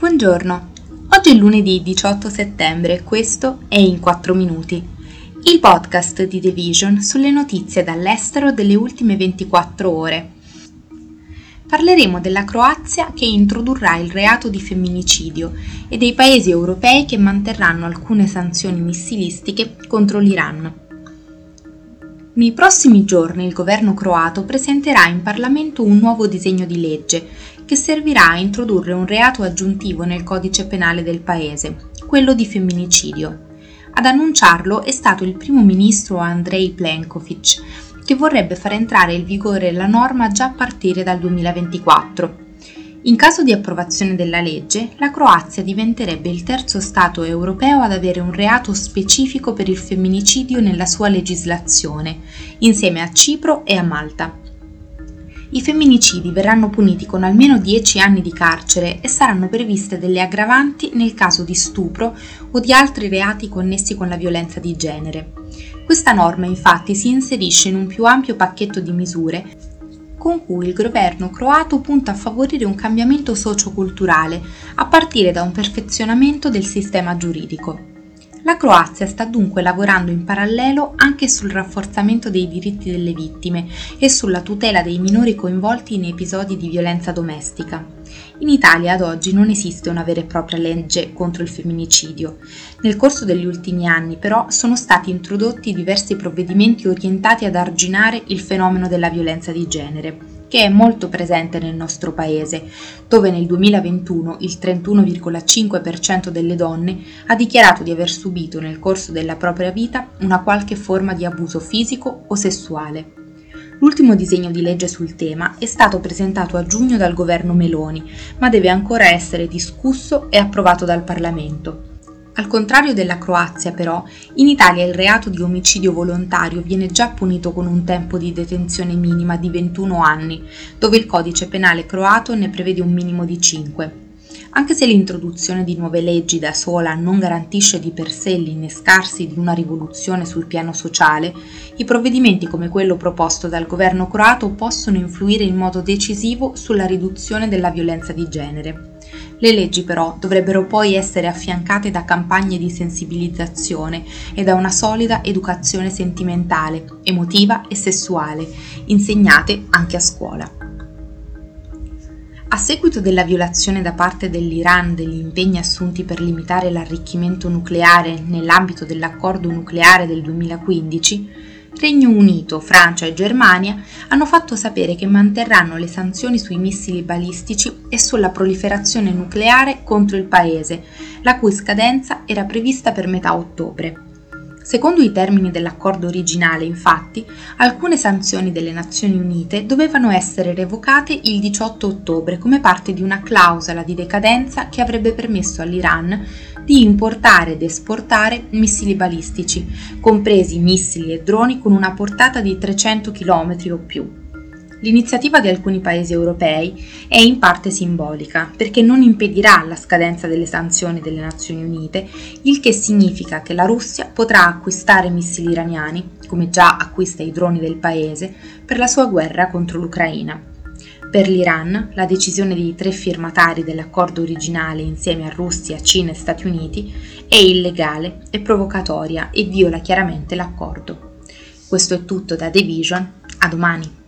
Buongiorno, oggi è lunedì 18 settembre e questo è In 4 Minuti, il podcast di The Vision sulle notizie dall'estero delle ultime 24 ore. Parleremo della Croazia che introdurrà il reato di femminicidio e dei paesi europei che manterranno alcune sanzioni missilistiche contro l'Iran. Nei prossimi giorni il governo croato presenterà in Parlamento un nuovo disegno di legge che servirà a introdurre un reato aggiuntivo nel codice penale del paese, quello di femminicidio. Ad annunciarlo è stato il primo ministro Andrej Plenković, che vorrebbe far entrare in vigore la norma già a partire dal 2024. In caso di approvazione della legge, la Croazia diventerebbe il terzo Stato europeo ad avere un reato specifico per il femminicidio nella sua legislazione, insieme a Cipro e a Malta. I femminicidi verranno puniti con almeno 10 anni di carcere e saranno previste delle aggravanti nel caso di stupro o di altri reati connessi con la violenza di genere. Questa norma infatti si inserisce in un più ampio pacchetto di misure con cui il governo croato punta a favorire un cambiamento socio-culturale a partire da un perfezionamento del sistema giuridico. La Croazia sta dunque lavorando in parallelo anche sul rafforzamento dei diritti delle vittime e sulla tutela dei minori coinvolti in episodi di violenza domestica. In Italia ad oggi non esiste una vera e propria legge contro il femminicidio. Nel corso degli ultimi anni però sono stati introdotti diversi provvedimenti orientati ad arginare il fenomeno della violenza di genere, che è molto presente nel nostro paese, dove nel 2021 il 31,5% delle donne ha dichiarato di aver subito nel corso della propria vita una qualche forma di abuso fisico o sessuale. L'ultimo disegno di legge sul tema è stato presentato a giugno dal governo Meloni, ma deve ancora essere discusso e approvato dal Parlamento. Al contrario della Croazia, però, in Italia il reato di omicidio volontario viene già punito con un tempo di detenzione minima di 21 anni, dove il codice penale croato ne prevede un minimo di 5. Anche se l'introduzione di nuove leggi da sola non garantisce di per sé l'innescarsi di una rivoluzione sul piano sociale, i provvedimenti come quello proposto dal governo croato possono influire in modo decisivo sulla riduzione della violenza di genere. Le leggi però dovrebbero poi essere affiancate da campagne di sensibilizzazione e da una solida educazione sentimentale, emotiva e sessuale, insegnate anche a scuola. A seguito della violazione da parte dell'Iran degli impegni assunti per limitare l'arricchimento nucleare nell'ambito dell'accordo nucleare del 2015, Regno Unito, Francia e Germania hanno fatto sapere che manterranno le sanzioni sui missili balistici e sulla proliferazione nucleare contro il paese, la cui scadenza era prevista per metà ottobre. Secondo i termini dell'accordo originale, infatti, alcune sanzioni delle Nazioni Unite dovevano essere revocate il 18 ottobre come parte di una clausola di decadenza che avrebbe permesso all'Iran di importare ed esportare missili balistici, compresi missili e droni con una portata di 300 km o più. L'iniziativa di alcuni paesi europei è in parte simbolica, perché non impedirà la scadenza delle sanzioni delle Nazioni Unite, il che significa che la Russia potrà acquistare missili iraniani, come già acquista i droni del paese, per la sua guerra contro l'Ucraina. Per l'Iran, la decisione dei 3 firmatari dell'accordo originale insieme a Russia, Cina e Stati Uniti è illegale e provocatoria e viola chiaramente l'accordo. Questo è tutto da The Vision, a domani!